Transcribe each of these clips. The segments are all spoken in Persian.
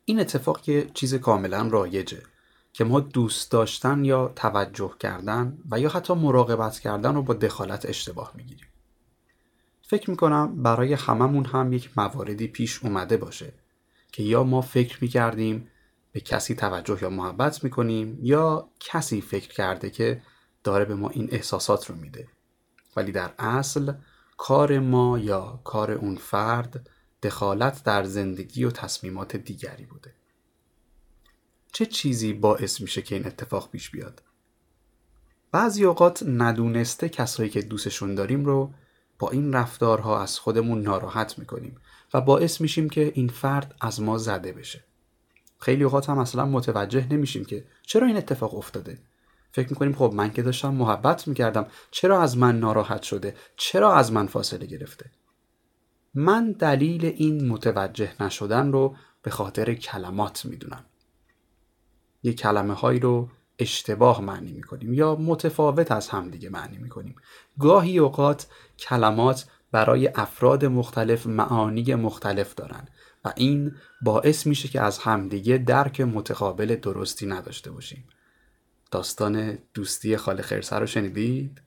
این اتفاق یه چیز کاملا رایجه که ما دوست داشتن یا توجه کردن و یا حتی مراقبت کردن رو با دخالت اشتباه میگیریم. فکر میکنم برای هممون هم یک مواردی پیش اومده باشه که یا ما فکر میکردیم به کسی توجه یا محبت میکنیم یا کسی فکر کرده که داره به ما این احساسات رو میده، ولی در اصل کار ما یا کار اون فرد دخالت در زندگی و تصمیمات دیگری بوده. چه چیزی باعث میشه که این اتفاق پیش بیاد؟ بعضی اوقات ندونسته کسایی که دوستشون داریم رو با این رفتارها از خودمون ناراحت میکنیم و باعث میشیم که این فرد از ما زده بشه. خیلی اوقات هم اصلا متوجه نمیشیم که چرا این اتفاق افتاده. فکر میکنیم خب من که داشتم محبت میکردم، چرا از من ناراحت شده؟ چرا از من فاصله گرفته؟ من دلیل این متوجه نشدن رو به خاطر کلمات میدونم. یه کلمه هایی رو اشتباه معنی میکنیم یا متفاوت از همدیگه معنی میکنیم. گاهی اوقات کلمات برای افراد مختلف معانی مختلف دارن و این باعث میشه که از همدیگه درک متقابل درستی نداشته باشیم. داستان دوستی خاله خرسه رو شنیدید؟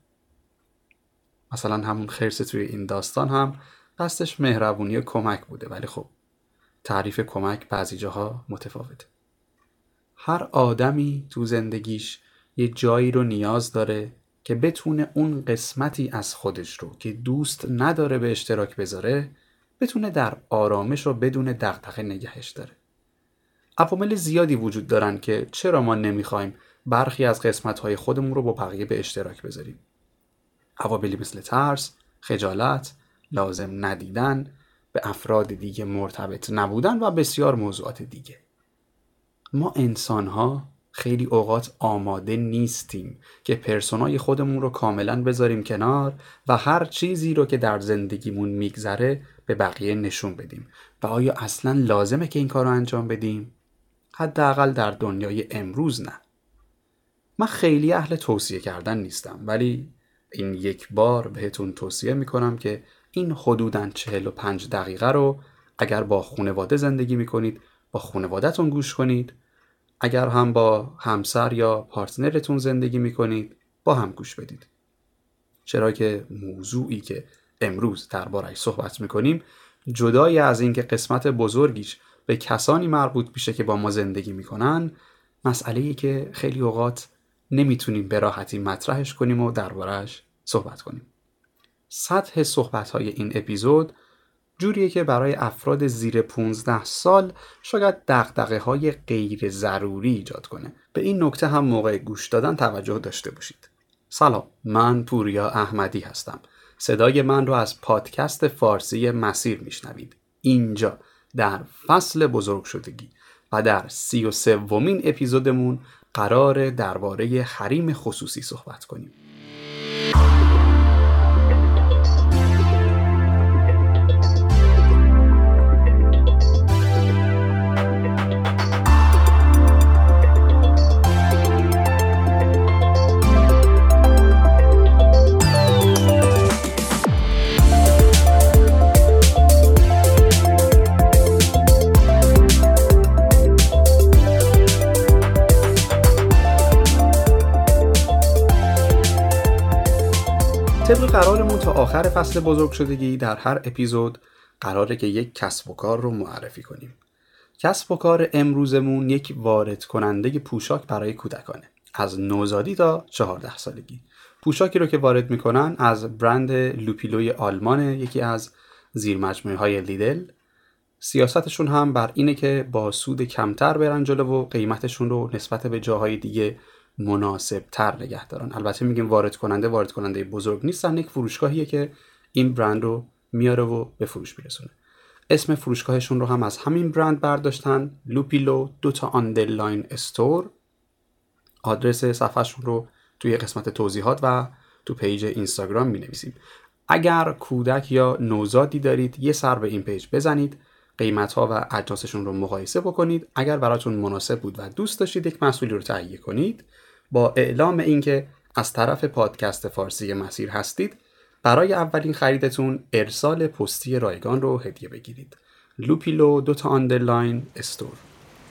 مثلا همون خرسه توی این داستان هم قصدش مهربونی و کمک بوده، ولی خب تعریف کمک بعضی جاها متفاوته. هر آدمی تو زندگیش یه جایی رو نیاز داره که بتونه اون قسمتی از خودش رو که دوست نداره به اشتراک بذاره بتونه در آرامش و بدون دغدغه نگهش داره. عوامل زیادی وجود دارن که چرا ما نمیخوایم برخی از قسمت‌های خودمون رو با بقیه به اشتراک بذاریم. عواملی مثل ترس، خجالت، لازم ندیدن، به افراد دیگه مرتبط نبودن و بسیار موضوعات دیگه. ما انسان‌ها خیلی اوقات آماده نیستیم که پرسونای خودمون رو کاملا بذاریم کنار و هر چیزی رو که در زندگیمون میگذره به بقیه نشون بدیم. و آیا اصلا لازمه که این کار رو انجام بدیم؟ حداقل در دنیای امروز نه. من خیلی اهل توصیه کردن نیستم، ولی این یک بار بهتون توصیه میکنم که این حدوداً 45 دقیقه رو اگر با خانواده زندگی میکنید با خانواده‌تون گوش کنید، اگر هم با همسر یا پارتنرتون زندگی میکنید با هم گوش بدید. چرا که موضوعی که امروز درباره‌اش صحبت میکنیم جدای از این که قسمت بزرگیش به کسانی مربوط میشه که با ما زندگی میکنن، مسئله‌ای که خیلی اوقات نمیتونیم به راحتی مطرحش کنیم و درباره‌اش صحبت کنیم. سطح صحبت‌های این اپیزود جوریه که برای افراد زیر 15 سال شاید دغدغه‌های غیر ضروری ایجاد کنه. به این نکته هم موقع گوش دادن توجه داشته باشید. سلام، من پوریا احمدی هستم. صدای من رو از پادکست فارسی مسیر میشنوید. اینجا در فصل بزرگ شدگی و در 33مین اپیزودمون قراره درباره حریم خصوصی صحبت کنیم. طبق قرارمون تا آخر فصل بزرگ شدگی در هر اپیزود قراره که یک کسب و کار رو معرفی کنیم. کسب و کار امروزمون یک وارد کننده پوشاک برای کودکانه، از نوزادی تا 14 سالگی. پوشاکی رو که وارد میکنن از برند لوپیلوی آلمانه، یکی از زیرمجموعه های لیدل. سیاستشون هم بر اینه که با سود کمتر برن جلو و قیمتشون رو نسبت به جاهای دیگه مناسب تر نگه دارن. البته میگیم وارد کننده بزرگ نیستن، یک فروشگاهیه که این برند رو میاره و به فروش میرسونه. اسم فروشگاهشون رو هم از همین برند برداشتن، لوپیلو _استور. آدرس صفحهشون رو توی قسمت توضیحات و تو پیج اینستاگرام مینویسیم. اگر کودک یا نوزادی دارید یه سر به این پیج بزنید، قیمت‌ها و اجناسشون رو مقایسه بکنید. اگر براتون مناسب بود و دوست داشتید یک محصولی رو تهیه کنید، با اعلام اینکه از طرف پادکست فارسی مسیر هستید، برای اولین خریدتون ارسال پستی رایگان رو هدیه بگیرید. لوپیلو _استور.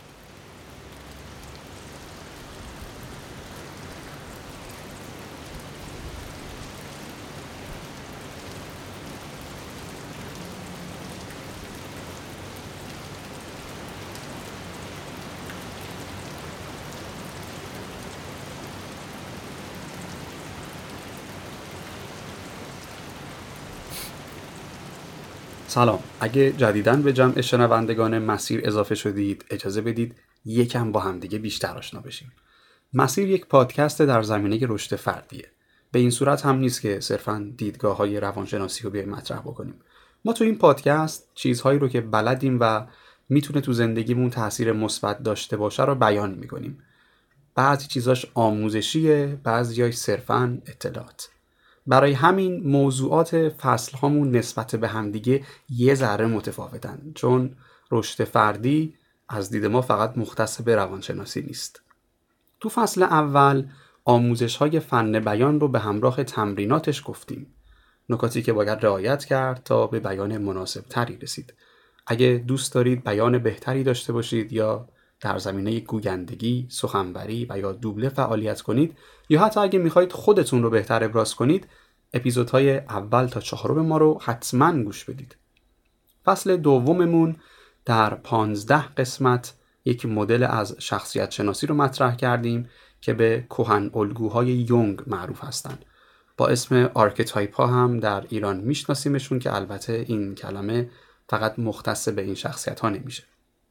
سلام، اگه جدیداً به جمع شنوندگان مسیر اضافه شدید اجازه بدید یکم با همدیگه بیشتر آشنا بشیم. مسیر یک پادکست در زمینه رشد فردیه. به این صورت هم نیست که صرفاً دیدگاه‌های روانشناسی رو بیایم مطرح بکنیم. ما تو این پادکست چیزهایی رو که بلدیم و میتونه تو زندگیمون تأثیر مثبت داشته باشه رو بیان میکنیم. بعضی چیزاش آموزشیه، بعضیاش صرفاً اطلاعات. برای همین موضوعات فصل هامون نسبت به همدیگه یه ذره متفاوتن، چون رشد فردی از دید ما فقط مختص به روانشناسی نیست. تو فصل اول آموزش های فن بیان رو به همراه تمریناتش گفتیم، نکاتی که باید رعایت کرد تا به بیان مناسب تری رسید. اگه دوست دارید بیان بهتری داشته باشید یا در زمینه گویندگی، سخنوری و یا دوبله فعالیت کنید، یا حتی اگه میخواید خودتون رو بهتر ابراز کنید، اپیزودهای اول تا 4 ما رو حتما گوش بدید. فصل دوممون در 15 قسمت یک مدل از شخصیت شناسی رو مطرح کردیم که به کهن الگوهای یونگ معروف هستند. با اسم آرکتایپ ها هم در ایران میشناسیمشون که البته این کلمه فقط مختص به این شخصیت ها نمیشه.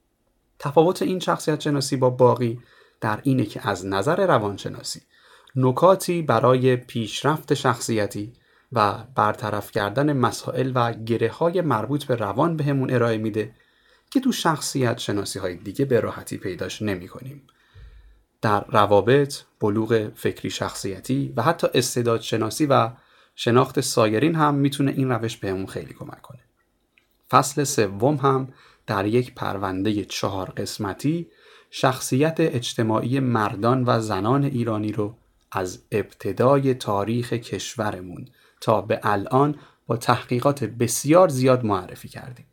تفاوت این شخصیت شناسی با باقی در اینه که از نظر روانشناسی نکاتی برای پیشرفت شخصیتی و برطرف کردن مسائل و گره‌های مربوط به روان بهمون ارائه میده که تو شخصیت شناسی های دیگه به راحتی پیداش نمی کنیم. در روابط، بلوغ فکری شخصیتی و حتی استعداد شناسی و شناخت سایرین هم میتونه این روش بهمون خیلی کمک کنه. فصل سوم هم در یک پرونده 4 قسمتی شخصیت اجتماعی مردان و زنان ایرانی رو از ابتدای تاریخ کشورمون تا به الان با تحقیقات بسیار زیاد معرفی کردیم.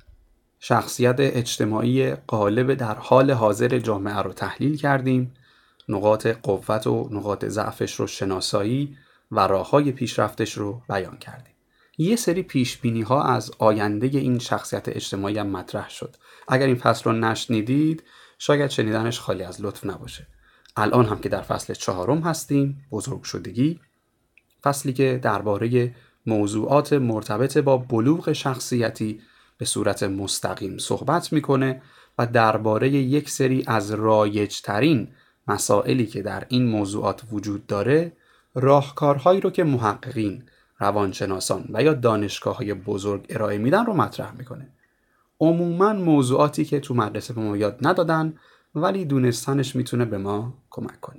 شخصیت اجتماعی غالب در حال حاضر جامعه رو تحلیل کردیم، نقاط قوت و نقاط ضعفش رو شناسایی و راه‌های پیشرفتش رو بیان کردیم. یه سری پیشبینی ها از آینده این شخصیت اجتماعی هم مطرح شد. اگر این فصل رو نشنیدید شاید شنیدنش خالی از لطف نباشه. الان هم که در فصل 4 هستیم، بزرگ شدگی، فصلی که درباره موضوعات مرتبط با بلوغ شخصیتی به صورت مستقیم صحبت میکنه و درباره یک سری از رایج‌ترین مسائلی که در این موضوعات وجود داره راهکارهایی رو که محققین، روانشناسان و یا دانشگاه‌های بزرگ ارائه میدن رو مطرح میکنه. عموماً موضوعاتی که تو مدرسه به ما یاد ندادن ولی دونستنش میتونه به ما کمک کنه.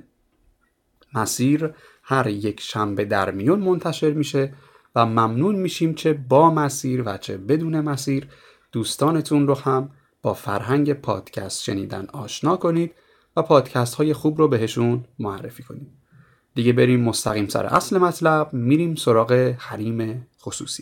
مسیر هر یک شنبه در میون منتشر میشه و ممنون میشیم چه با مسیر و چه بدون مسیر دوستانتون رو هم با فرهنگ پادکست شنیدن آشنا کنید و پادکست های خوب رو بهشون معرفی کنید. دیگه بریم مستقیم سر اصل مطلب، میریم سراغ حریم خصوصی.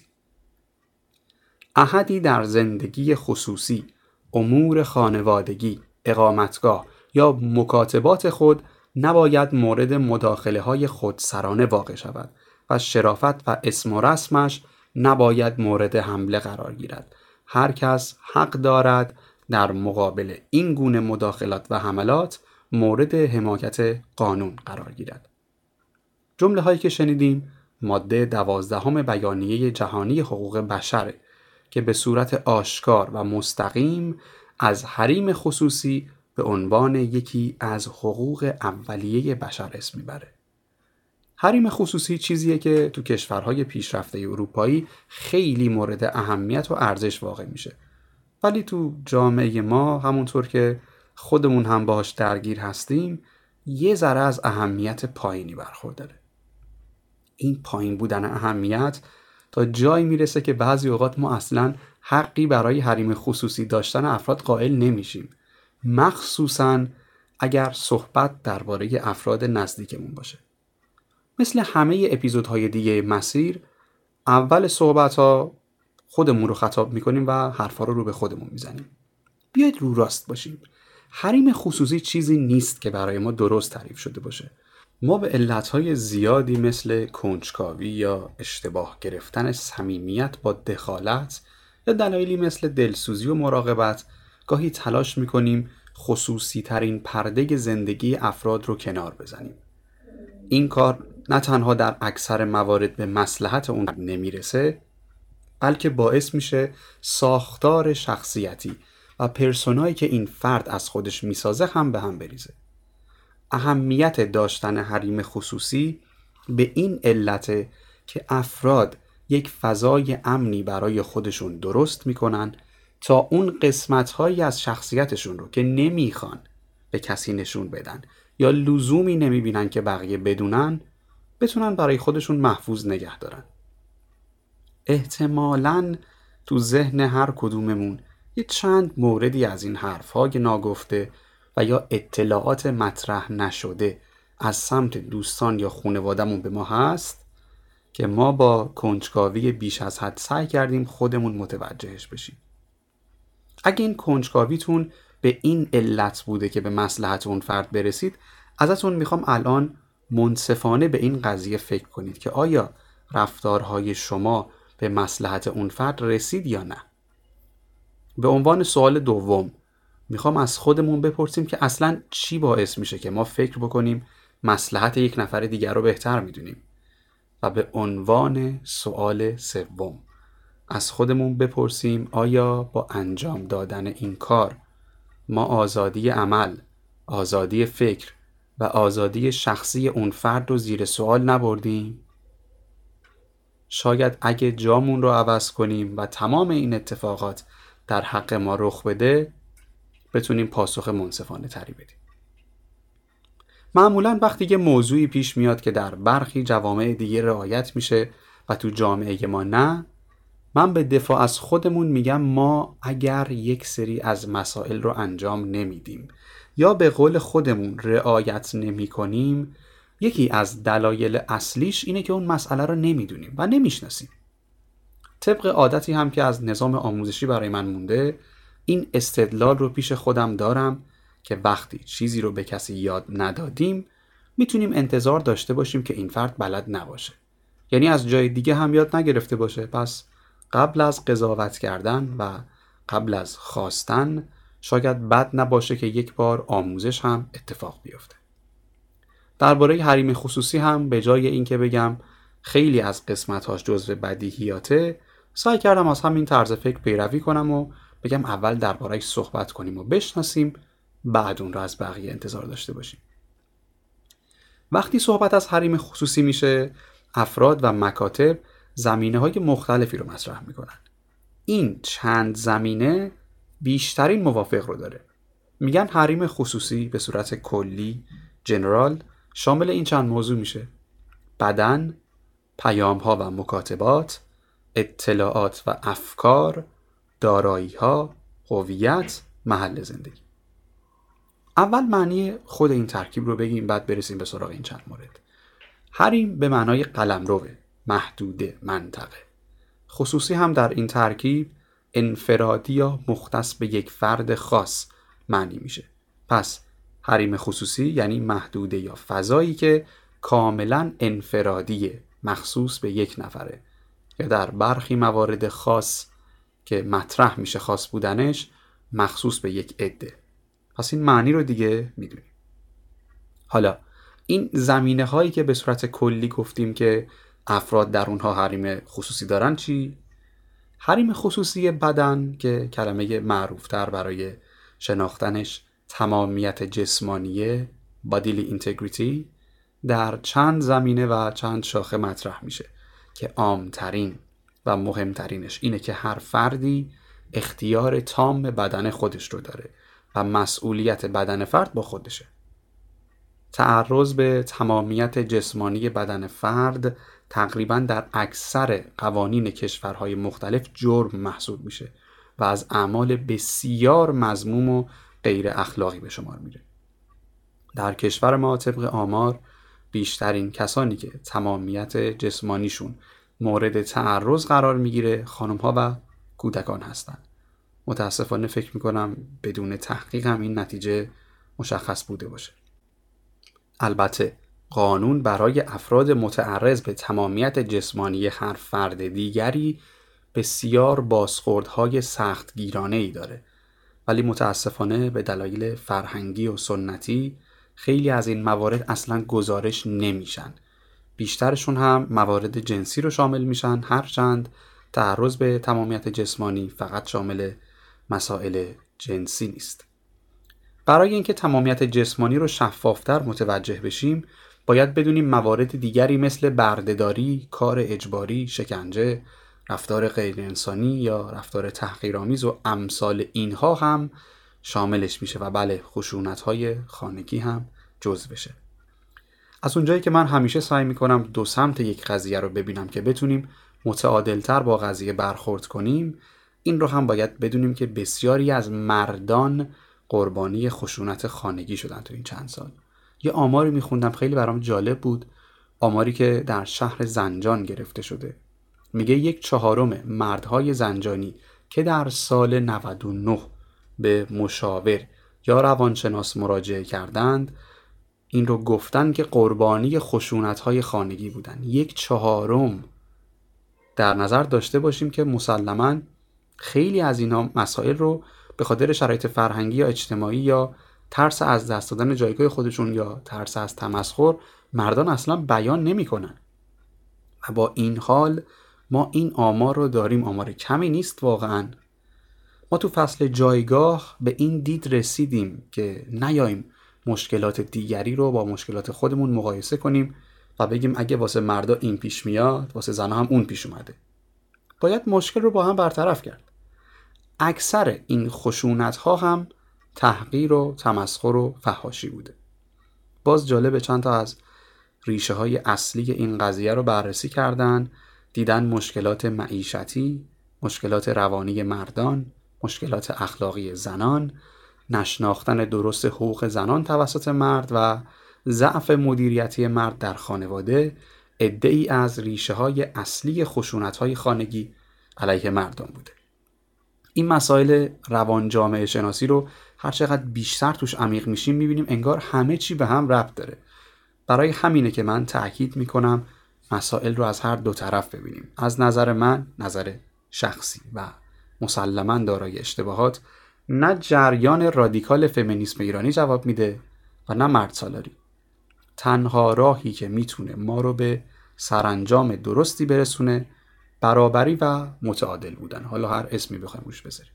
احدی در زندگی خصوصی، امور خانوادگی، اقامتگاه یا مکاتبات خود نباید مورد مداخله های خودسرانه واقع شود و شرافت و اسم و رسمش نباید مورد حمله قرار گیرد. هر کس حق دارد در مقابل این گونه مداخلات و حملات مورد حمایت قانون قرار گیرد. جمله هایی که شنیدیم ماده 12 بیانیه جهانی حقوق بشر که به صورت آشکار و مستقیم از حریم خصوصی به عنوان یکی از حقوق اولیه بشر اسم میبره. حریم خصوصی چیزیه که تو کشورهای پیشرفته اروپایی خیلی مورد اهمیت و ارزش واقع میشه. ولی تو جامعه ما همونطور که خودمون هم باهاش درگیر هستیم یه ذره از اهمیت پایینی برخورداره. این پایین بودن اهمیت تا جایی میرسه که بعضی اوقات ما اصلاً حقی برای حریم خصوصی داشتن افراد قائل نمیشیم، مخصوصاً اگر صحبت درباره افراد نزدیکمون باشه. مثل همه اپیزودهای دیگه مسیر، اول صحبت‌ها خودمون رو خطاب میکنیم و حرفا رو به خودمون میزنیم. بیاید رو راست باشیم. حریم خصوصی چیزی نیست که برای ما درست تعریف شده باشه. ما به علتهای زیادی مثل کنجکاوی یا اشتباه گرفتن صمیمیت با دخالت یا دلایلی مثل دلسوزی و مراقبت گاهی تلاش میکنیم خصوصی ترین پرده زندگی افراد رو کنار بزنیم. این کار نه تنها در اکثر موارد به مصلحت اون نمیرسه، بلکه باعث میشه ساختار شخصیتی و پرسونایی که این فرد از خودش میسازه هم به هم بریزه. اهمیت داشتن حریم خصوصی به این علته که افراد یک فضای امنی برای خودشون درست میکنن تا اون قسمت‌هایی از شخصیتشون رو که نمیخوان به کسی نشون بدن یا لزومی نمیبینن که بقیه بدونن بتونن برای خودشون محفوظ نگه دارن. احتمالاً تو ذهن هر کدوممون یه چند موردی از این حرف‌های ناگفته و یا اطلاعات مطرح نشده از سمت دوستان یا خانواده‌مون به ما هست که ما با کنجکاوی بیش از حد سعی کردیم خودمون متوجهش بشیم. اگه این کنجکاویتون به این علت بوده که به مصلحت اون فرد برسید، ازتون میخوام الان منصفانه به این قضیه فکر کنید که آیا رفتارهای شما به مصلحت اون فرد رسید یا نه. به عنوان سوال دوم میخوام از خودمون بپرسیم که اصلاً چی باعث میشه که ما فکر بکنیم مصلحت یک نفر دیگر رو بهتر میدونیم. و به عنوان سوال سوم از خودمون بپرسیم آیا با انجام دادن این کار ما آزادی عمل، آزادی فکر و آزادی شخصی اون فرد رو زیر سوال نبردیم؟ شاید اگه جامون رو عوض کنیم و تمام این اتفاقات در حق ما رخ بده بتونیم پاسخ منصفانه تری بدیم. معمولاً وقتی یه موضوعی پیش میاد که در برخی جوامع دیگه رعایت میشه و تو جامعه ما نه، من به دفاع از خودمون میگم ما اگر یک سری از مسائل رو انجام نمیدیم یا به قول خودمون رعایت نمی کنیم، یکی از دلایل اصلیش اینه که اون مسئله رو نمیدونیم و نمیشناسیم. طبق عادتی هم که از نظام آموزشی برای من مونده، این استدلال رو پیش خودم دارم که وقتی چیزی رو به کسی یاد ندادیم میتونیم انتظار داشته باشیم که این فرد بلد نباشه، یعنی از جای دیگه هم یاد نگرفته باشه. پس قبل از قضاوت کردن و قبل از خواستن شاید بد نباشه که یک بار آموزش هم اتفاق بیفته. درباره حریم خصوصی هم به جای اینکه بگم خیلی از قسمت‌هاش جزو بدیهیاته، سعی کردم از همین طرز فکر پیروی کنم و بگم اول درباره‌اش صحبت کنیم و بشناسیم، بعد اون رو از بقیه انتظار داشته باشیم. وقتی صحبت از حریم خصوصی میشه، افراد و مکاتب زمینه‌های مختلفی رو مطرح میکنن. این چند زمینه بیشترین موافق رو داره. میگن حریم خصوصی به صورت کلی، جنرال، شامل این چند موضوع میشه: بدن، پیام‌ها و مکاتبات، اطلاعات و افکار، دارایی‌ها، هویت، محل زندگی. اول معنی خود این ترکیب رو بگیم، بعد برسیم به سراغ این چند مورد. حریم به معنای قلمروه، محدوده، منطقه. خصوصی هم در این ترکیب انفرادی یا مختص به یک فرد خاص معنی میشه. پس حریم خصوصی یعنی محدوده یا فضایی که کاملا انفرادیه، مخصوص به یک نفره، یا در برخی موارد خاص که مطرح میشه خاص بودنش مخصوص به یک عده. پس این معنی رو دیگه میدونیم. حالا این زمینه هایی که به صورت کلی گفتیم که افراد در اونها حریم خصوصی دارن چی؟ حریم خصوصی بدن که کلمه معروفتر برای شناختنش تمامیت جسمانیه، bodily integrity، در چند زمینه و چند شاخه مطرح میشه که عامترین و مهمترینش اینه که هر فردی اختیار تام بدن خودش رو داره و مسئولیت بدن فرد با خودشه. تعرض به تمامیت جسمانی بدن فرد تقریباً در اکثر قوانین کشورهای مختلف جرم محسوب میشه و از اعمال بسیار مذموم و غیر اخلاقی به شمار میره. در کشور ما طبق آمار بیشترین کسانی که تمامیت جسمانیشون مورد تعرض قرار میگیره خانم‌ها و کودکان هستن. متاسفانه فکر میکنم بدون تحقیق هم این نتیجه مشخص بوده باشه. البته قانون برای افراد متعرض به تمامیت جسمانی هر فرد دیگری بسیار بازخوردهای سختگیرانه‌ای داره، ولی متاسفانه به دلایل فرهنگی و سنتی خیلی از این موارد اصلاً گزارش نمیشن. بیشترشون هم موارد جنسی رو شامل میشن، هرچند تعرض به تمامیت جسمانی فقط شامل مسائل جنسی نیست. برای اینکه تمامیت جسمانی رو شفافتر متوجه بشیم، باید بدونیم موارد دیگری مثل بردهداری، کار اجباری، شکنجه، رفتار غیر انسانی یا رفتار تحقیرآمیز و امثال اینها هم شاملش میشه و بله، خشونت‌های خانگی هم جزو بشه. از اونجایی که من همیشه سعی میکنم دو سمت یک قضیه رو ببینم که بتونیم متعادلتر با قضیه برخورد کنیم، این رو هم باید بدونیم که بسیاری از مردان قربانی خشونت خانگی شدن تو این چند سال. یه آماری میخوندم خیلی برام جالب بود، آماری که در شهر زنجان گرفته شده. میگه 1/4 مردهای زنجانی که در سال 99 به مشاور یا روانشناس مراجعه کردند، این رو گفتن که قربانی خشونت‌های خانگی بودن. 1/4. در نظر داشته باشیم که مسلماً خیلی از اینا مسائل رو به خاطر شرایط فرهنگی یا اجتماعی یا ترس از دست دادن جایگاه خودشون یا ترس از تمسخر مردان اصلا بیان نمی‌کنن. و با این حال ما این آمار رو داریم. آمار کمی نیست واقعاً. ما تو فصل جایگاه به این دید رسیدیم که نیاییم مشکلات دیگری رو با مشکلات خودمون مقایسه کنیم و بگیم اگه واسه مردا این پیش میاد واسه زنها هم اون پیش اومده. باید مشکل رو با هم برطرف کرد. اکثر این خشونت ها هم تحقیر و تمسخر و فحاشی بوده. باز جالبه چند تا از ریشه های اصلی این قضیه رو بررسی کردن، دیدن مشکلات معیشتی، مشکلات روانی مردان، مشکلات اخلاقی زنان، نشناختن درست حقوق زنان توسط مرد و ضعف مدیریتی مرد در خانواده عده‌ای از ریشه های اصلی خشونت های خانگی علیه مردان بوده. این مسائل روان جامعه شناسی رو هر چقدر بیشتر توش عمیق میشیم میبینیم انگار همه چی به هم ربط داره. برای همینه که من تأکید میکنم مسائل رو از هر دو طرف ببینیم. از نظر من، نظر شخصی و مسلماً دارای اشتباهات، نه جریان رادیکال فمینیسم ایرانی جواب میده و نه مرد سالاری. تنها راهی که میتونه ما رو به سرانجام درستی برسونه برابری و متعادل بودن، حالا هر اسمی بخوایم روش بذاریم.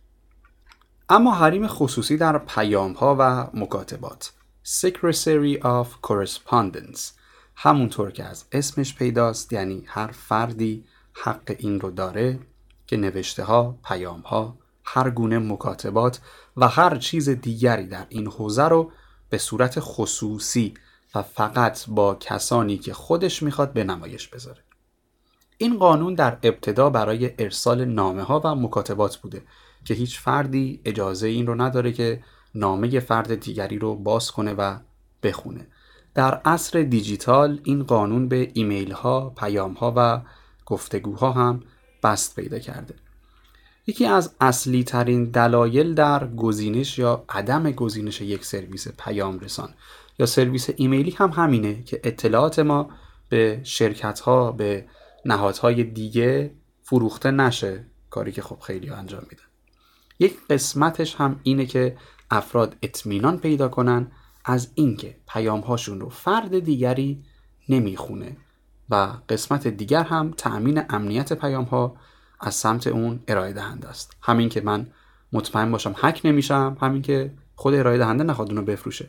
اما حریم خصوصی در پیام‌ها و مکاتبات، Secrecy of Correspondence، همونطور که از اسمش پیداست، یعنی هر فردی حق این رو داره که نوشته ها، پیام ها، هر گونه مکاتبات و هر چیز دیگری در این حوزه رو به صورت خصوصی و فقط با کسانی که خودش میخواد به نمایش بذاره. این قانون در ابتدا برای ارسال نامه ها و مکاتبات بوده که هیچ فردی اجازه این رو نداره که نامه فرد دیگری رو باز کنه و بخونه. در عصر دیجیتال این قانون به ایمیل ها، پیام ها و گفتگوها هم بست پیدا کرده. یکی از اصلی ترین دلایل در گزینش یا عدم گزینش یک سرویس پیام رسان یا سرویس ایمیلی هم همینه که اطلاعات ما به شرکت ها، به نهادهای دیگه فروخته نشه، کاری که خب خیلی انجام میدن. یک قسمتش هم اینه که افراد اطمینان پیدا کنن از اینکه پیام هاشون رو فرد دیگری نمیخونه و قسمت دیگر هم تأمین امنیت پیام ها از سمت اون ارائه دهنده است. همین که من مطمئن باشم هک نمیشم، همین که خود ارائه دهنده نخواد اونو بفروشه.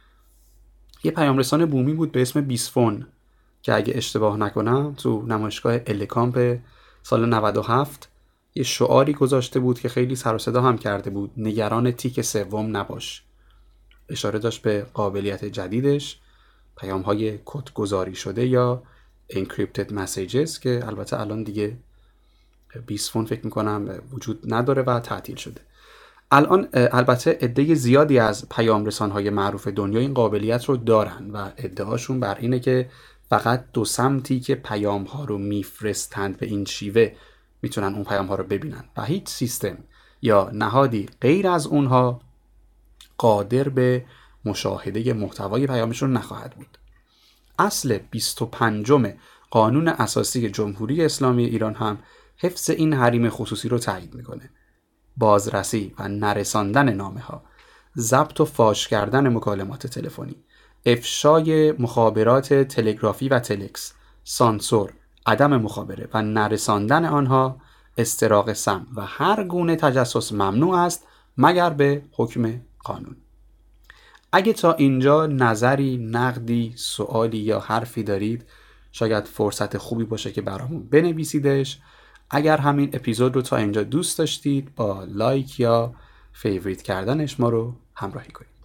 یه پیام رسان بومی بود به اسم بیسفون که اگه اشتباه نکنم تو نمایشگاه الکامپ سال 97 یه شعاری گذاشته بود که خیلی سر و صدا هم کرده بود: نگران تیک سوم نباش. اشاره داشت به قابلیت جدیدش، پیام‌های کدگذاری شده یا encrypted messages که البته الان دیگه بیسفون فکر میکنم وجود نداره و تعطیل شده. الان البته عده زیادی از پیام رسان‌های معروف دنیا این قابلیت رو دارن و ادعاشون بر اینه که فقط دو سمتی که پیام‌ها رو میفرستند به این شیوه میتونن اون پیام‌ها رو ببینن و هیچ سیستم یا نهادی غیر از اونها قادر به مشاهده محتوای پیامشون نخواهد بود. اصل 25 قانون اساسی جمهوری اسلامی ایران هم حفظ این حریم خصوصی رو تایید میکنه. بازرسی و نرساندن نامه ها، ضبط و فاش کردن مکالمات تلفنی، افشای مخابرات تلگرافی و تلکس، سانسور، عدم مخابره و نرساندن آنها استراق سمع و هر گونه تجسس ممنوع است مگر به حکم قانون. اگه تا اینجا نظری، نقدی، سوالی یا حرفی دارید، شاید فرصت خوبی باشه که برامون بنویسیدش. اگر همین اپیزود رو تا اینجا دوست داشتید، با لایک یا فیوریت کردنش ما رو همراهی کنید.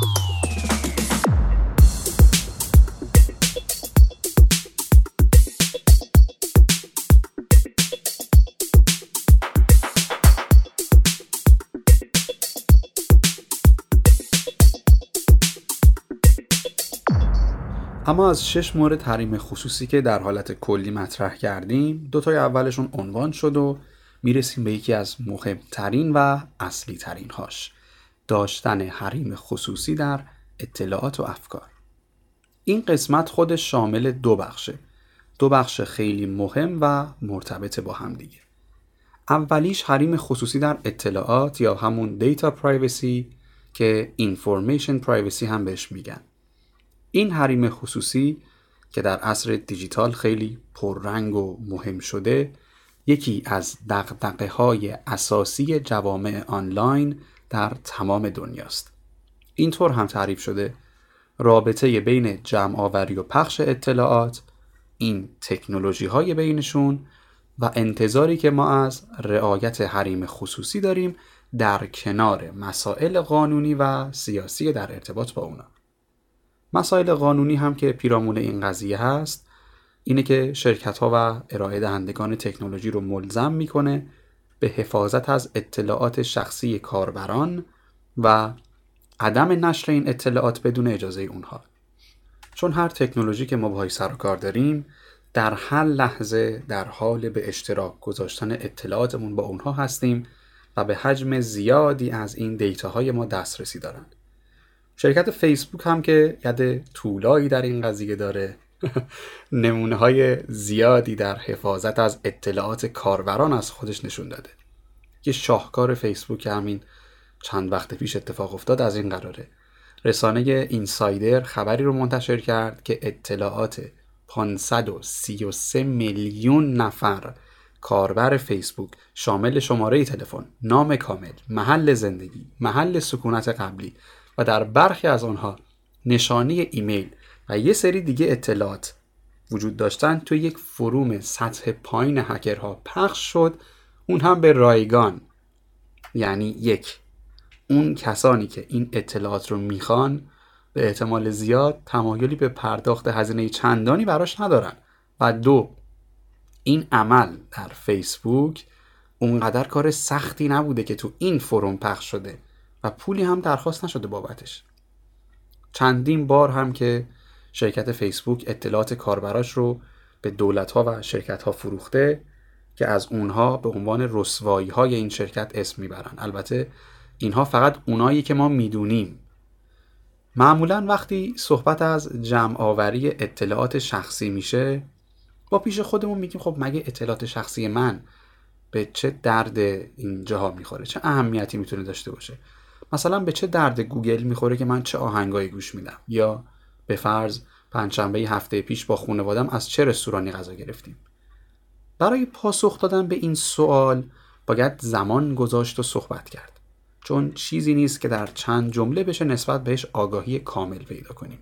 اما از 6 مورد حریم خصوصی که در حالت کلی مطرح کردیم، 2 اولشون عنوان شد و میرسیم به یکی از مهمترین و اصلی ترین هاش، داشتن حریم خصوصی در اطلاعات و افکار. این قسمت خودش شامل 2 بخشه، 2 بخش خیلی مهم و مرتبط با هم دیگه. اولیش حریم خصوصی در اطلاعات یا همون دیتا پرایوسی که اینفورمیشن پرایوسی هم بهش میگن. این حریم خصوصی که در عصر دیجیتال خیلی پررنگ و مهم شده، یکی از دغدغه‌های اساسی جوامع آنلاین در تمام دنیاست. اینطور هم تعریف شده رابطه بین جمع‌آوری و پخش اطلاعات، این تکنولوژی‌های بینشون و انتظاری که ما از رعایت حریم خصوصی داریم در کنار مسائل قانونی و سیاسی در ارتباط با اونا. مسائل قانونی هم که پیرامون این قضیه هست اینه که شرکت‌ها و ارائه دهندگان تکنولوژی رو ملزم میکنه به حفاظت از اطلاعات شخصی کاربران و عدم نشر این اطلاعات بدون اجازه اونها. چون هر تکنولوژی که ما باهاش سر و کار داریم در هر لحظه در حال به اشتراک گذاشتن اطلاعاتمون با اونها هستیم و به حجم زیادی از این دیتاهای ما دسترسی دارن. شرکت فیسبوک هم که ید طولایی در این قضیه داره نمونه های زیادی در حفاظت از اطلاعات کاربران از خودش نشون داده. یه شاهکار فیسبوک همین چند وقت پیش اتفاق افتاد از این قراره. رسانه اینسایدر خبری رو منتشر کرد که اطلاعات 533 میلیون نفر کاربر فیسبوک شامل شماره تلفن، نام کامل، محل زندگی، محل سکونت قبلی و در برخی از آنها نشانی ایمیل و یه سری دیگه اطلاعات وجود داشتن توی یک فروم سطح پایین هکرها پخش شد، اون هم به رایگان. یعنی اون کسانی که این اطلاعات رو میخوان به احتمال زیاد تمایلی به پرداخت هزینه چندانی براش ندارن و 2 این عمل در فیسبوک اونقدر کار سختی نبوده که تو این فروم پخش شده و پولی هم درخواست نشده بابتش. چندین بار هم که شرکت فیسبوک اطلاعات کاربراش رو به دولت‌ها و شرکت‌ها فروخته که از اونها به عنوان رسوایی‌های این شرکت اسم میبرن. البته اینها فقط اونایی که ما میدونیم. معمولاً وقتی صحبت از جمع‌آوری اطلاعات شخصی میشه با پیش خودمون میگیم خب مگه اطلاعات شخصی من به چه درد این جاها میخوره؟ چه اهمیتی میتونه داشته باشه؟ مثلا به چه درد گوگل میخوره که من چه آهنگایی گوش میدم؟ یا به فرض پنجشنبه هفته پیش با خانواده‌ام از چه رستورانی غذا گرفتیم؟ برای پاسخ دادن به این سوال باید زمان گذاشت و صحبت کرد، چون چیزی نیست که در چند جمله بشه نسبت بهش آگاهی کامل پیدا کنیم.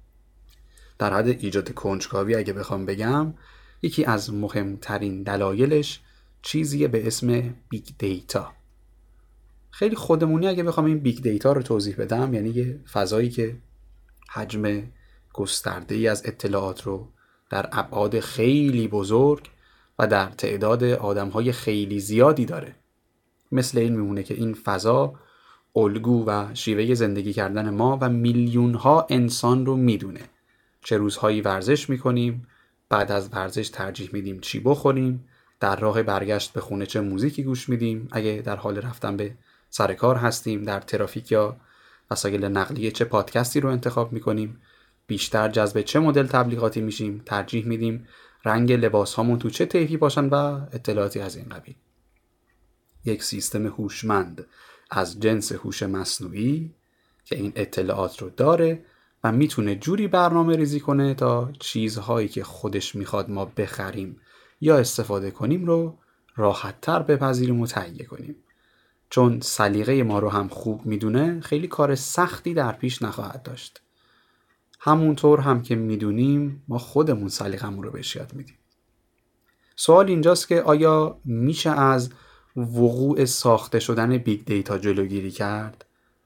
در حد ایجاد کنجکاوی اگه بخوام بگم، یکی از مهمترین دلایلش چیزیه به اسم بیگ دیتا. خیلی خودمونی اگه بخوام این بیگ دیتا رو توضیح بدم، یعنی یه فضایی که حجم گسترده‌ای از اطلاعات رو در ابعاد خیلی بزرگ و در تعداد آدم‌های خیلی زیادی داره. مثل این میمونه که این فضا الگو و شیوه زندگی کردن ما و میلیون‌ها انسان رو میدونه. چه روزهایی ورزش میکنیم، بعد از ورزش ترجیح میدیم چی بخوریم، در راه برگشت به خونه چه موزیکی گوش میدیم، اگه در حال رفتن به سر کار هستیم، در ترافیک یا وسایل نقلیه چه پادکستی رو انتخاب میکنیم، بیشتر جذب چه مدل تبلیغاتی میشیم، ترجیح میدیم رنگ لباس هامون تو چه طیفی باشن و اطلاعاتی از این قبیل. یک سیستم هوشمند از جنس هوش مصنوعی که این اطلاعات رو داره و میتونه جوری برنامه ریزی کنه تا چیزهایی که خودش میخواد ما بخریم یا استفاده کنیم رو راحت‌تر بپذیریم و تهیه کنیم. چون سلیقه ما رو هم خوب میدونه، خیلی کار سختی در پیش نخواهد داشت. همونطور هم که میدونیم ما خودمون سلیقه‌مون رو بهش یاد میدیم. سوال اینجاست که آیا میشه از وقوع ساخته شدن بیگ دیتا جلوگیری کرد؟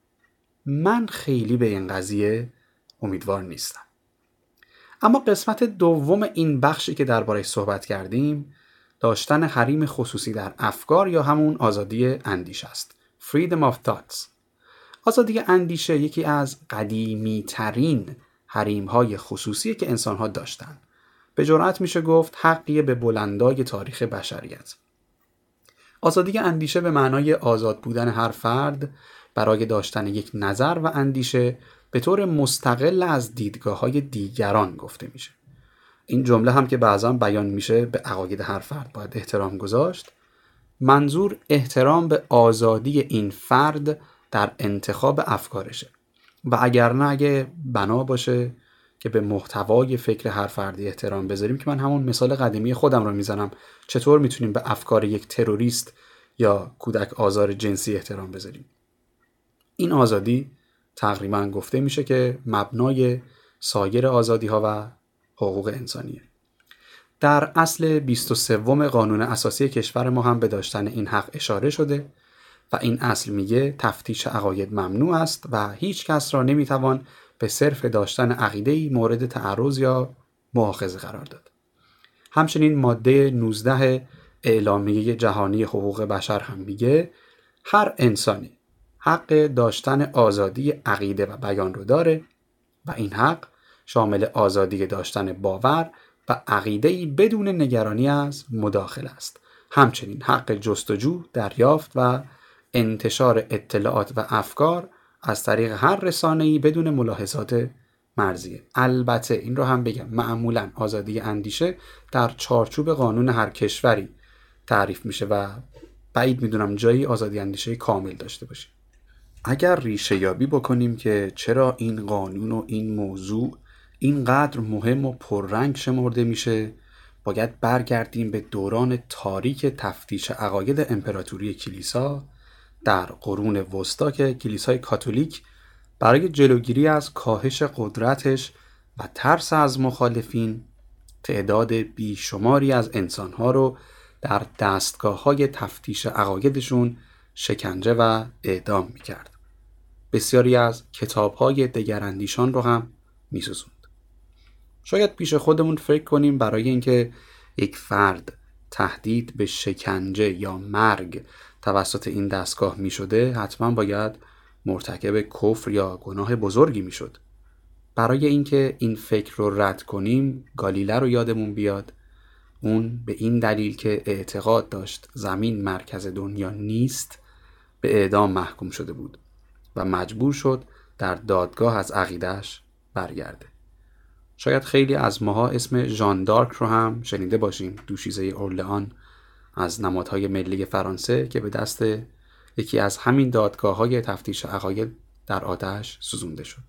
من خیلی به این قضیه امیدوار نیستم. اما قسمت دوم این بخشی که درباره‌اش صحبت کردیم، داشتن حریم خصوصی در افکار یا همون آزادی اندیشه است. Freedom of thoughts. آزادی اندیشه یکی از قدیمی ترین حریم‌های خصوصی که انسان‌ها داشتن. به جرئت میشه گفت حقیه به بلندای تاریخ بشریت. آزادی اندیشه به معنای آزاد بودن هر فرد برای داشتن یک نظر و اندیشه به طور مستقل از دیدگاه‌های دیگران گفته میشه. این جمله هم که بعضا بیان میشه به عقاید هر فرد باید احترام گذاشت. منظور احترام به آزادی این فرد در انتخاب افکارشه و اگر نه اگه بنا باشه که به محتوای فکر هر فردی احترام بذاریم، که من همون مثال قدیمی خودم رو میزنم، چطور میتونیم به افکار یک تروریست یا کودک آزار جنسی احترام بذاریم. این آزادی تقریبا گفته میشه که مبنای سایر آزادی ها و حقوق انسانیه. در اصل 23 قانون اساسی کشور ما هم به داشتن این حق اشاره شده و این اصل میگه تفتیش عقاید ممنوع است و هیچ کس را نمیتوان به صرف داشتن عقیده‌ای مورد تعرض یا مؤاخذه قرار داد. همچنین ماده 19 اعلامیه جهانی حقوق بشر هم میگه هر انسانی حق داشتن آزادی عقیده و بیان رو داره و این حق شامل آزادی داشتن باور و عقیده‌ای بدون نگرانی از مداخله است. همچنین حق جستجو، دریافت و انتشار اطلاعات و افکار از طریق هر رسانه‌ای بدون ملاحظات مرزیه. البته این رو هم بگم معمولاً آزادی اندیشه در چارچوب قانون هر کشوری تعریف میشه و بعید میدونم جایی آزادی اندیشه کامل داشته باشه. اگر ریشه یابی بکنیم که چرا این قانون و این موضوع اینقدر مهم و پررنگ شمرده میشه، باید برگردیم به دوران تاریک تفتیش عقاید امپراتوری کلیسا در قرون وسطا که کلیسای کاتولیک برای جلوگیری از کاهش قدرتش و ترس از مخالفین تعداد بیشماری از انسانها رو در دستگاه‌های تفتیش عقایدشون شکنجه و اعدام میکرد. بسیاری از کتاب‌های دگراندیشان رو هم میسوزوند. شاید پیش خودمون فکر کنیم برای اینکه یک فرد تهدید به شکنجه یا مرگ توسط این دستگاه میشده حتما باید مرتکب کفر یا گناه بزرگی میشد. برای اینکه این فکر رو رد کنیم گالیله رو یادمون بیاد. اون به این دلیل که اعتقاد داشت زمین مرکز دنیا نیست به اعدام محکوم شده بود و مجبور شد در دادگاه از عقیده‌اش برگرده. شاید خیلی از ماها اسم ژان دارک رو هم شنیده باشیم، دوشیزه اورلئان از نمادهای ملی فرانسه که به دست یکی از همین دادگاه‌های تفتیش عقاید در آتش سوزونده شد.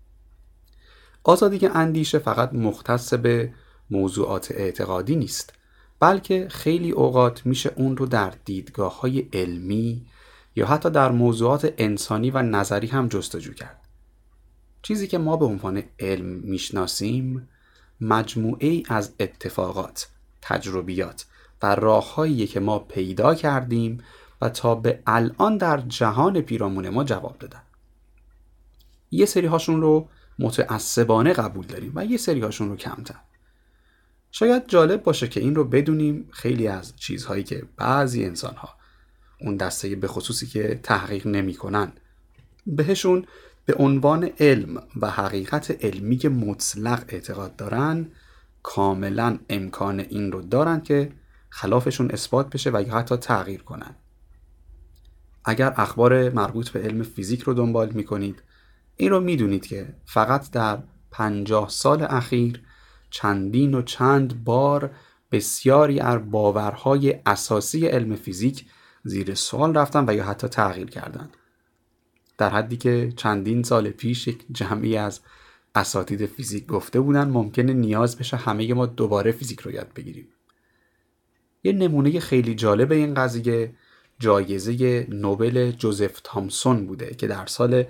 آزادی اندیشه فقط مختص به موضوعات اعتقادی نیست، بلکه خیلی اوقات میشه اون رو در دیدگاه‌های علمی یا حتی در موضوعات انسانی و نظری هم جستجو کرد. چیزی که ما به عنوان علم میشناسیم مجموعه‌ای از اتفاقات، تجربیات و راه‌هایی که ما پیدا کردیم و تا به الان در جهان پیرامون ما جواب دادن. یه سری هاشون رو متعصبانه قبول داریم و یه سری هاشون رو کمتر. شاید جالب باشه که این رو بدونیم خیلی از چیزهایی که بعضی انسان‌ها، اون دسته به خصوصی که تحقیق نمی‌کنن، بهشون به عنوان علم و حقیقت علمی مطلق اعتقاد دارن، کاملا امکان این رو دارن که خلافشون اثبات بشه و یا حتی تغییر کنن. اگر اخبار مربوط به علم فیزیک رو دنبال میکنید، این رو میدونید که فقط در 50 سال اخیر چندین و چند بار بسیاری از باورهای اساسی علم فیزیک زیر سوال رفتن و یا حتی تغییر کردن. در حدی که چندین سال پیش یک جمعی از اساتید فیزیک گفته بودن ممکنه نیاز بشه همه ما دوباره فیزیک رو یاد بگیریم. یه نمونه خیلی جالب این قضیه جایزه نوبل جوزف تامسون بوده که در سال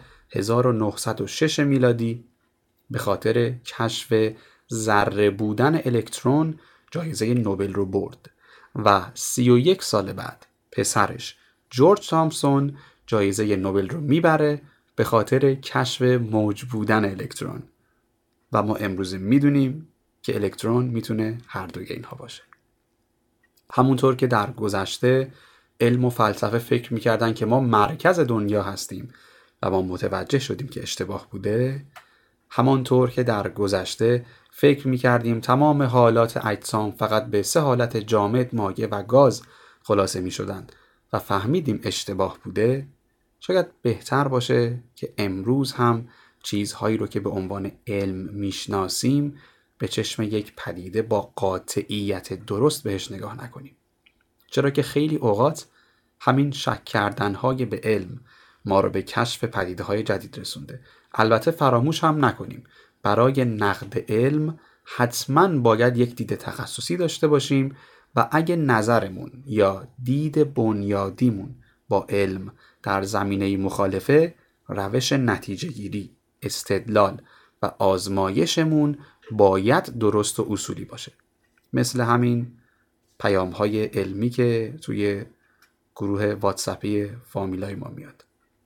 1906 میلادی به خاطر کشف ذره بودن الکترون جایزه نوبل رو برد و 31 سال بعد پسرش جورج تامسون جایزه نوبل رو میبره به خاطر کشف موج بودن الکترون و ما امروز میدونیم که الکترون میتونه هر دوی اینها باشه. همونطور که در گذشته علم و فلسفه فکر میکردن که ما مرکز دنیا هستیم و ما متوجه شدیم که اشتباه بوده، همانطور که در گذشته فکر میکردیم تمام حالات اجسام فقط به 3 حالت جامد، مایع و گاز خلاصه میشدن و فهمیدیم اشتباه بوده، شاید بهتر باشه که امروز هم چیزهایی رو که به عنوان علم میشناسیم به چشم یک پدیده با قاطعیت درست بهش نگاه نکنیم. چرا که خیلی اوقات همین شک کردنهای به علم ما رو به کشف پدیده‌های جدید رسونده. البته فراموش هم نکنیم برای نقد علم حتماً باید یک دید تخصصی داشته باشیم و اگه نظرمون یا دید بنیادیمون با علم در زمینه مخالفه، روش نتیجه گیری، استدلال و آزمایشمون باید درست و اصولی باشه. مثل همین پیام‌های علمی که توی گروه واتساپی فامیلای ما میاد.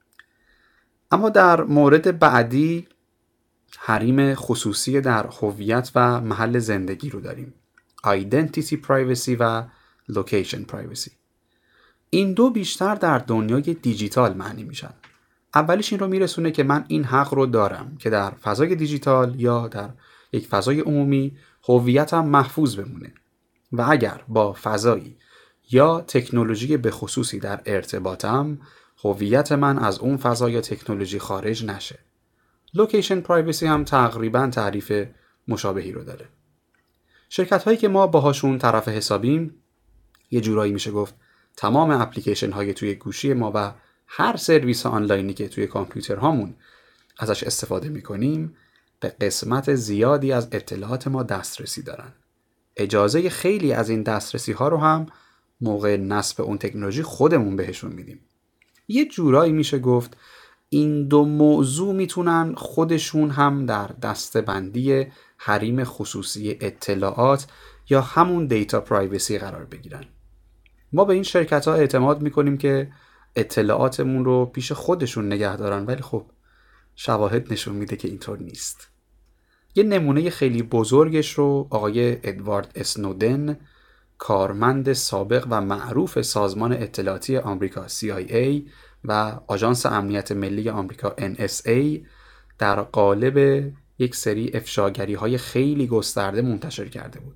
اما در مورد بعدی حریم خصوصی در هویت و محل زندگی رو داریم. Identity Privacy و Location Privacy. این دو بیشتر در دنیای دیجیتال معنی میشن. اولیش این رو میرسونه که من این حق رو دارم که در فضای دیجیتال یا در یک فضای عمومی هویتم محفوظ بمونه و اگر با فضایی یا تکنولوژی به خصوصی در ارتباطم، هویت من از اون فضا یا تکنولوژی خارج نشه. لوکیشن پرایوسی هم تقریباً تعریف مشابهی رو داره. شرکت هایی که ما باهاشون طرف حسابیم، یه جورایی میشه گفت تمام اپلیکیشن های توی گوشی ما و هر سرویس آنلاینی که توی کامپیوتر هامون ازش استفاده میکنیم به قسمت زیادی از اطلاعات ما دسترسی دارن. اجازه خیلی از این دسترسی ها رو هم موقع نصب اون تکنولوژی خودمون بهشون میدیم. یه جورایی میشه گفت این دو موضوع میتونن خودشون هم در دسته‌بندی حریم خصوصی اطلاعات یا همون دیتا پرایوسی قرار بگیرن. ما به این شرکت ها اعتماد میکنیم که اطلاعاتمون رو پیش خودشون نگه دارن، ولی خب شواهد نشون میده که اینطور نیست. یه نمونه خیلی بزرگش رو آقای ادوارد اسنودن، کارمند سابق و معروف سازمان اطلاعاتی آمریکا CIA و آژانس امنیت ملی آمریکا NSA در قالب یک سری افشاگری‌های خیلی گسترده منتشر کرده بود.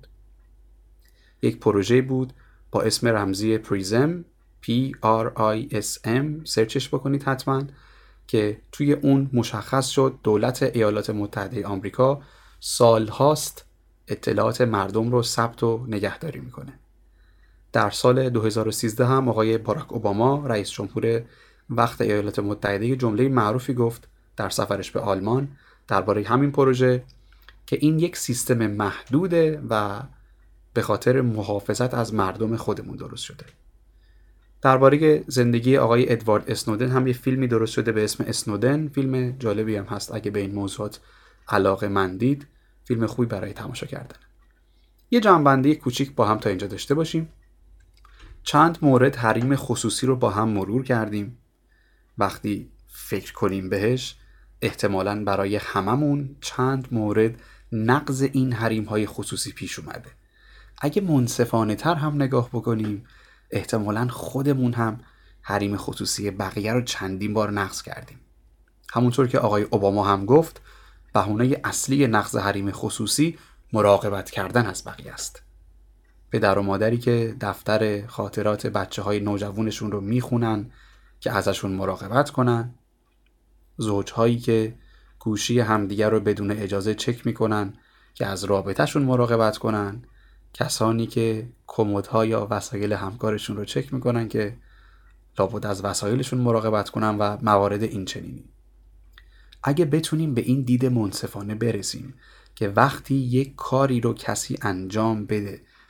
یک پروژه بود با اسم رمزی پریزم PRISM، سرچش بکنید حتما، که توی اون مشخص شد دولت ایالات متحده آمریکا سالهاست اطلاعات مردم رو ثبت و نگهداری میکنه. در سال 2013 هم آقای باراک اوباما رئیس جمهور وقت ایالات متحده جمله معروفی گفت در سفرش به آلمان درباره همین پروژه که این یک سیستم محدوده و به خاطر محافظت از مردم خودمون درست شده. درباره زندگی آقای ادوارد اسنودن هم یه فیلمی درست شده به اسم اسنودن. فیلم جالبی هم هست، اگه به این موضوعات علاقه مندید فیلم خوبی برای تماشا کردن. یه جمع‌بندی کوچیک با هم تا اینجا داشته باشیم. چند مورد حریم خصوصی رو با هم مرور کردیم. وقتی فکر کنیم بهش احتمالاً برای هممون چند مورد نقض این حریم‌های خصوصی پیش اومده. اگه منصفانه تر هم نگاه بکنیم احتمالاً خودمون هم حریم خصوصی بقیه رو چندین بار نقض کردیم. همونطور که آقای اوباما هم گفت بهونه اصلی نقض حریم خصوصی مراقبت کردن از بقیه است. پدر و مادری که دفتر خاطرات بچه‌های نوجوانشون رو میخونن که ازشون مراقبت کنن، زوجهایی که گوشی همدیگر رو بدون اجازه چک میکنن که از رابطهشون مراقبت کنن، کسانی که کمدها یا وسایل همکارشون رو چک میکنن که لابد از وسایلشون مراقبت کنن و موارد این چنینی. اگه بتونیم به این دید منصفانه برسیم که وقتی یک کاری رو کسی انجام بده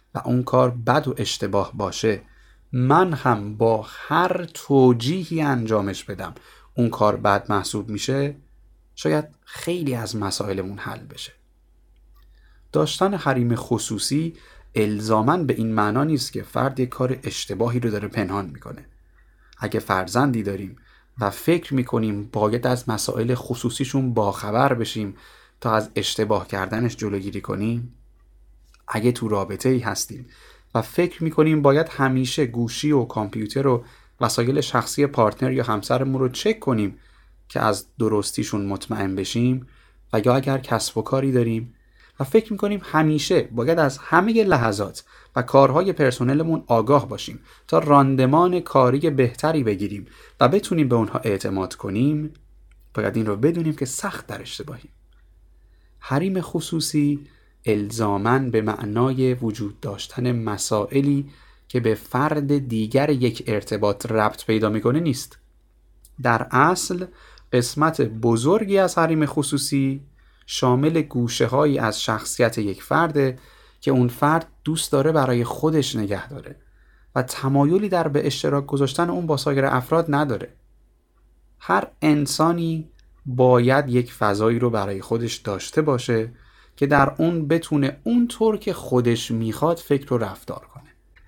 و اون کار بد و اشتباه باشه، من هم با هر توجیهی انجامش بدم اون کار بد محسوب میشه، شاید خیلی از مسائلمون حل بشه. داشتن حریم خصوصی الزاماً به این معنا نیست که فرد یک کار اشتباهی رو داره پنهان میکنه. اگه فرزندی داریم و فکر میکنیم باید از مسائل خصوصیشون باخبر بشیم تا از اشتباه کردنش جلوگیری کنیم، اگه تو رابطه‌ای هستیم و فکر میکنیم باید همیشه گوشی و کامپیوتر و وسایل شخصی پارتنر یا همسرمون رو چک کنیم که از درستیشون مطمئن بشیم، و یا اگر کسب و کاری داریم و فکر میکنیم همیشه باید از همه لحظات و کارهای پرسنلمون آگاه باشیم تا راندمان کاری بهتری بگیریم و بتونیم به اونها اعتماد کنیم، باید این رو بدونیم که سخت در اشتباهیم. حریم خصوصی الزاماً به معنای وجود داشتن مسائلی که به فرد دیگر یک ارتباط ربط پیدا میکنه نیست. در اصل قسمت بزرگی از حریم خصوصی شامل گوشه‌هایی از شخصیت یک فرده که اون فرد دوست داره برای خودش نگه داره و تمایلی در به اشتراک گذاشتن اون با سایر افراد نداره. هر انسانی باید یک فضایی رو برای خودش داشته باشه که در اون بتونه اونطور که خودش میخواد فکر و رفتار کنه.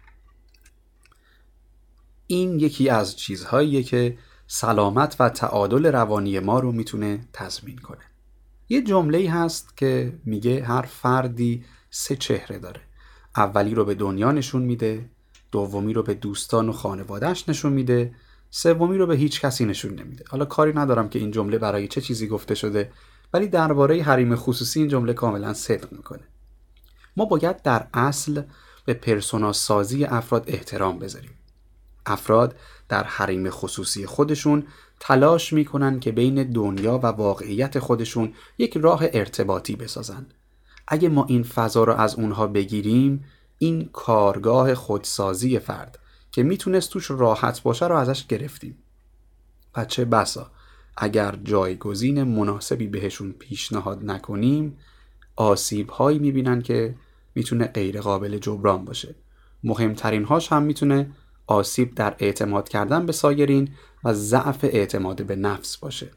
این یکی از چیزهاییه که سلامت و تعادل روانی ما رو میتونه تضمین کنه. یه جمله‌ای هست که میگه هر فردی 3 چهره داره. اولی رو به دنیا نشون میده، دومی رو به دوستان و خانواده‌اش نشون میده، سومی رو به هیچ کسی نشون نمیده. حالا کاری ندارم که این جمله برای چه چیزی گفته شده، ولی درباره حریم خصوصی این جمله کاملا صدق میکنه. ما باید در اصل به پرسونا سازی افراد احترام بذاریم. افراد در حریم خصوصی خودشون تلاش میکنن که بین دنیا و واقعیت خودشون یک راه ارتباطی بسازن. اگه ما این فضا رو از اونها بگیریم، این کارگاه خودسازی فرد که میتونست توش راحت باشه رو ازش گرفتیم. و چه بسا اگر جایگزین مناسبی بهشون پیشنهاد نکنیم، آسیب‌هایی میبینن که میتونه غیر قابل جبران باشه. مهمترین هاش هم میتونه آسیب در اعتماد کردن به سایرین و ضعف اعتماد به نفس باشه.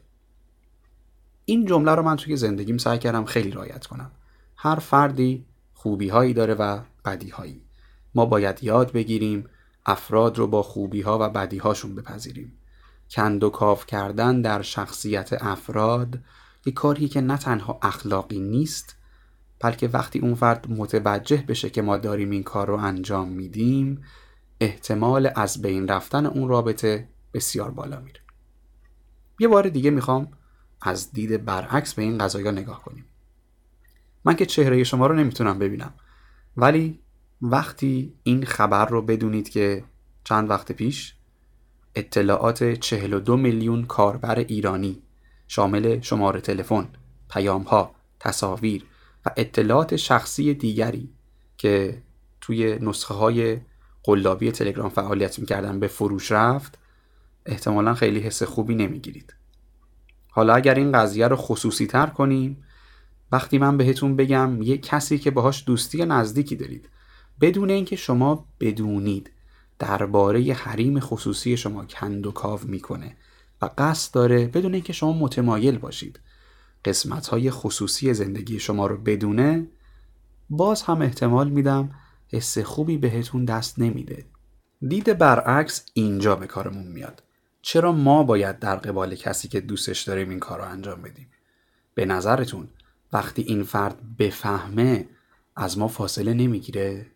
این جمله رو من توی زندگیم سعی کردم خیلی رعایت کنم. هر فردی خوبی‌هایی داره و بدی‌هایی. ما باید یاد بگیریم افراد رو با خوبی‌ها و بدی‌هاشون بپذیریم. کند و کاو کردن در شخصیت افراد یک کاریه که نه تنها اخلاقی نیست، بلکه وقتی اون فرد متوجه بشه که ما داریم این کار رو انجام میدیم، احتمال از بین رفتن اون رابطه بسیار بالا میره. یه بار دیگه میخوام از دید برعکس به این قضایا نگاه کنیم. من که چهره شما رو نمیتونم ببینم، ولی وقتی این خبر رو بدونید که چند وقت پیش اطلاعات 42 میلیون کاربر ایرانی شامل شماره تلفن، پیام‌ها، تصاویر و اطلاعات شخصی دیگری که توی نسخه‌های قلابی تلگرام فعالیت می‌کردن به فروش رفت، احتمالاً خیلی حس خوبی نمی‌گیرید. حالا اگر این قضیه رو خصوصی تر کنیم، وقتی من بهتون بگم یه کسی که باهاش دوستی نزدیکی دارید، بدون اینکه شما بدونید درباره حریم خصوصی شما کند و کاو میکنه و قصد داره بدون اینکه شما متمایل باشید قسمت‌های خصوصی زندگی شما رو بدونه، باز هم احتمال میدم حس خوبی بهتون دست نمیده. دید برعکس اینجا به کارمون میاد. چرا ما باید در قبال کسی که دوستش داریم این کار رو انجام بدیم؟ به نظرتون وقتی این فرد بفهمه از ما فاصله نمیگیره؟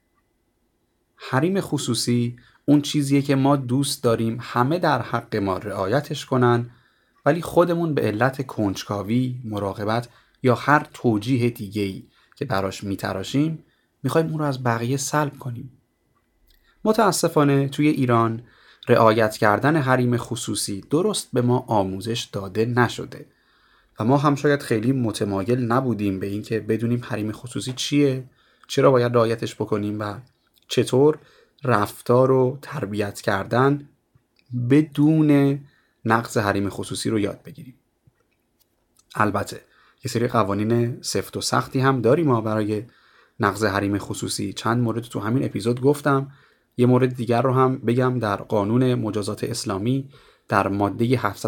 حریم خصوصی اون چیزیه که ما دوست داریم همه در حق ما رعایتش کنن، ولی خودمون به علت کنجکاوی، مراقبت یا هر توجیه دیگه‌ای که براش میتراشیم میخوایم اون رو از بقیه سلب کنیم. متاسفانه توی ایران رعایت کردن حریم خصوصی درست به ما آموزش داده نشده و ما هم شاید خیلی متمایل نبودیم به این که بدونیم حریم خصوصی چیه، چرا باید رعایتش بکنیم و چطور رفتار و تربیت کردن بدون نقض حریم خصوصی رو یاد بگیریم. البته یه سری قوانین سفت و سختی هم داریم ما برای نقض حریم خصوصی. چند مورد تو همین اپیزود گفتم. یه مورد دیگر رو هم بگم. در قانون مجازات اسلامی در ماده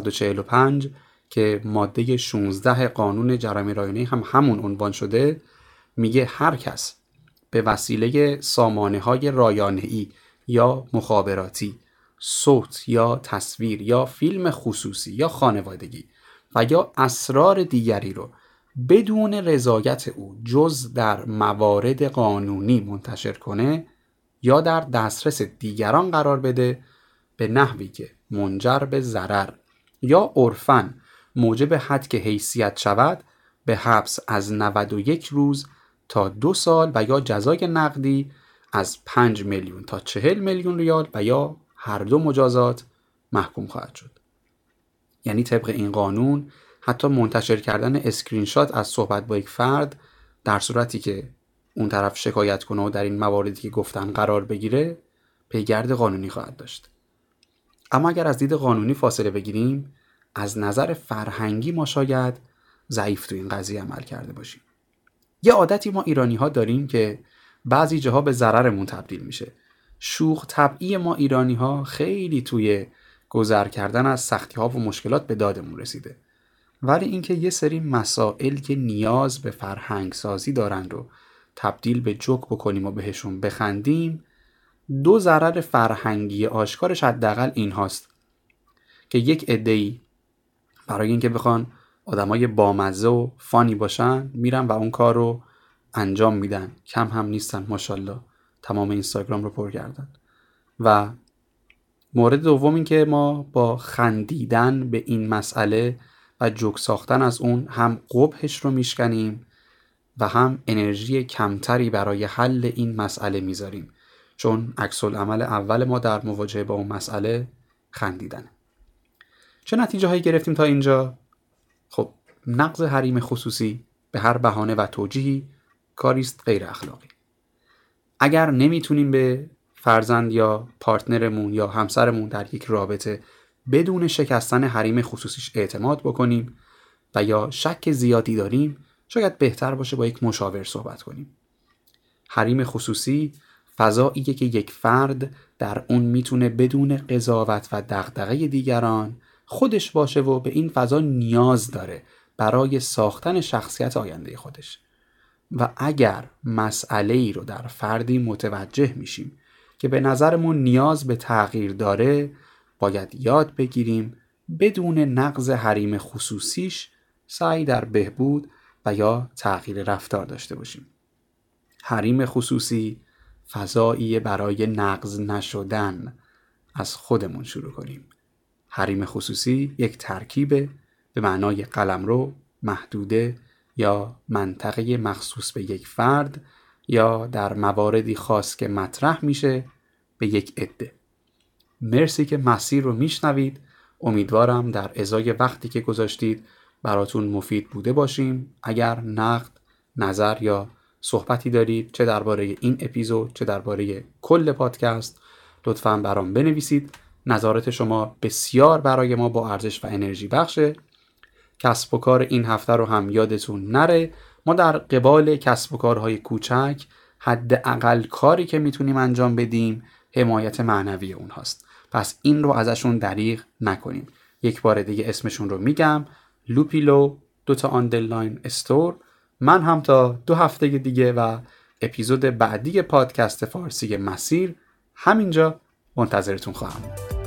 745 که ماده 16 قانون جرایم رایانه‌ای هم همون عنوان شده، میگه هر کس به وسیله سامانه‌های رایانه‌ای یا مخابراتی، صوت یا تصویر یا فیلم خصوصی یا خانوادگی و یا اسرار دیگری رو بدون رضایت او جز در موارد قانونی منتشر کنه یا در دسترس دیگران قرار بده به نحوی که منجر به ضرر یا عرفاً موجب حدک حیثیت شود، به حبس از 91 روز تا 2 سال و یا جزای نقدی از 5 میلیون تا 40 میلیون ریال و یا هر دو مجازات محکوم خواهد شد. یعنی طبق این قانون حتی منتشر کردن اسکرین شات از صحبت با یک فرد در صورتی که اون طرف شکایت کنه و در این مواردی که گفتن قرار بگیره پیگرد قانونی خواهد داشت. اما اگر از دید قانونی فاصله بگیریم، از نظر فرهنگی ما شاید ضعیف تو این قضیه عمل کرده باشیم. یه عادتی ما ایرانی ها داریم که بعضی جاها به ضررمون تبدیل میشه. شوخ طبعی ما ایرانی ها خیلی توی گذر کردن از سختی ها و مشکلات به دادمون رسیده. ولی اینکه یه سری مسائل که نیاز به فرهنگ سازی دارند رو تبدیل به جوک بکنیم و بهشون بخندیم، 2 ضرر فرهنگی آشکارش حداقل این هاست که یک عده‌ای برای اینکه بخوان آدمای بامزه و فانی باشن میرن و اون کار رو انجام میدن. کم هم نیستن ماشاءالله، تمام اینستاگرام رو پر کردن. و مورد دوم این که ما با خندیدن به این مسئله و جوک ساختن از اون هم قبحش رو میشکنیم و هم انرژی کمتری برای حل این مسئله میذاریم، چون عکس العمل اول ما در مواجهه با اون مسئله خندیدنه. چه نتیجه هایی گرفتیم تا اینجا؟ خب، نقض حریم خصوصی به هر بهانه و توجیهی کاریست غیر اخلاقی. اگر نمیتونیم به فرزند یا پارتنرمون یا همسرمون در یک رابطه بدون شکستن حریم خصوصیش اعتماد بکنیم و یا شک زیادی داریم، شاید بهتر باشه با یک مشاور صحبت کنیم. حریم خصوصی فضاییه که یک فرد در اون میتونه بدون قضاوت و دغدغه دیگران خودش باشه و به این فضا نیاز داره برای ساختن شخصیت آینده خودش. و اگر مسئله ای رو در فردی متوجه میشیم که به نظرمون نیاز به تغییر داره، باید یاد بگیریم بدون نقض حریم خصوصیش سعی در بهبود و یا تغییر رفتار داشته باشیم. حریم خصوصی فضایی برای نقض نشدن از خودمون شروع کنیم. حریم خصوصی یک ترکیبه به معنای قلمرو، محدوده یا منطقه مخصوص به یک فرد یا در مواردی خاص که مطرح میشه به یک عده. مرسی که مسیر رو میشنوید. امیدوارم در ازای وقتی که گذاشتید براتون مفید بوده باشیم. اگر نقد، نظر یا صحبتی دارید، چه درباره این اپیزود چه درباره کل پادکست، لطفاً برام بنویسید. نظرات شما بسیار برای ما با ارزش و انرژی بخشه. کسب و کار این هفته رو هم یادتون نره، ما در قبال کسب و کارهای کوچک حداقل کاری که میتونیم انجام بدیم حمایت معنوی اونهاست. پس این رو ازشون دریغ نکنیم. یک بار دیگه اسمشون رو میگم: لوپیلو استور. من هم تا 2 هفته دیگه و اپیزود بعدی پادکست فارسی مسیر همینجا منتظرتون خواهم بود.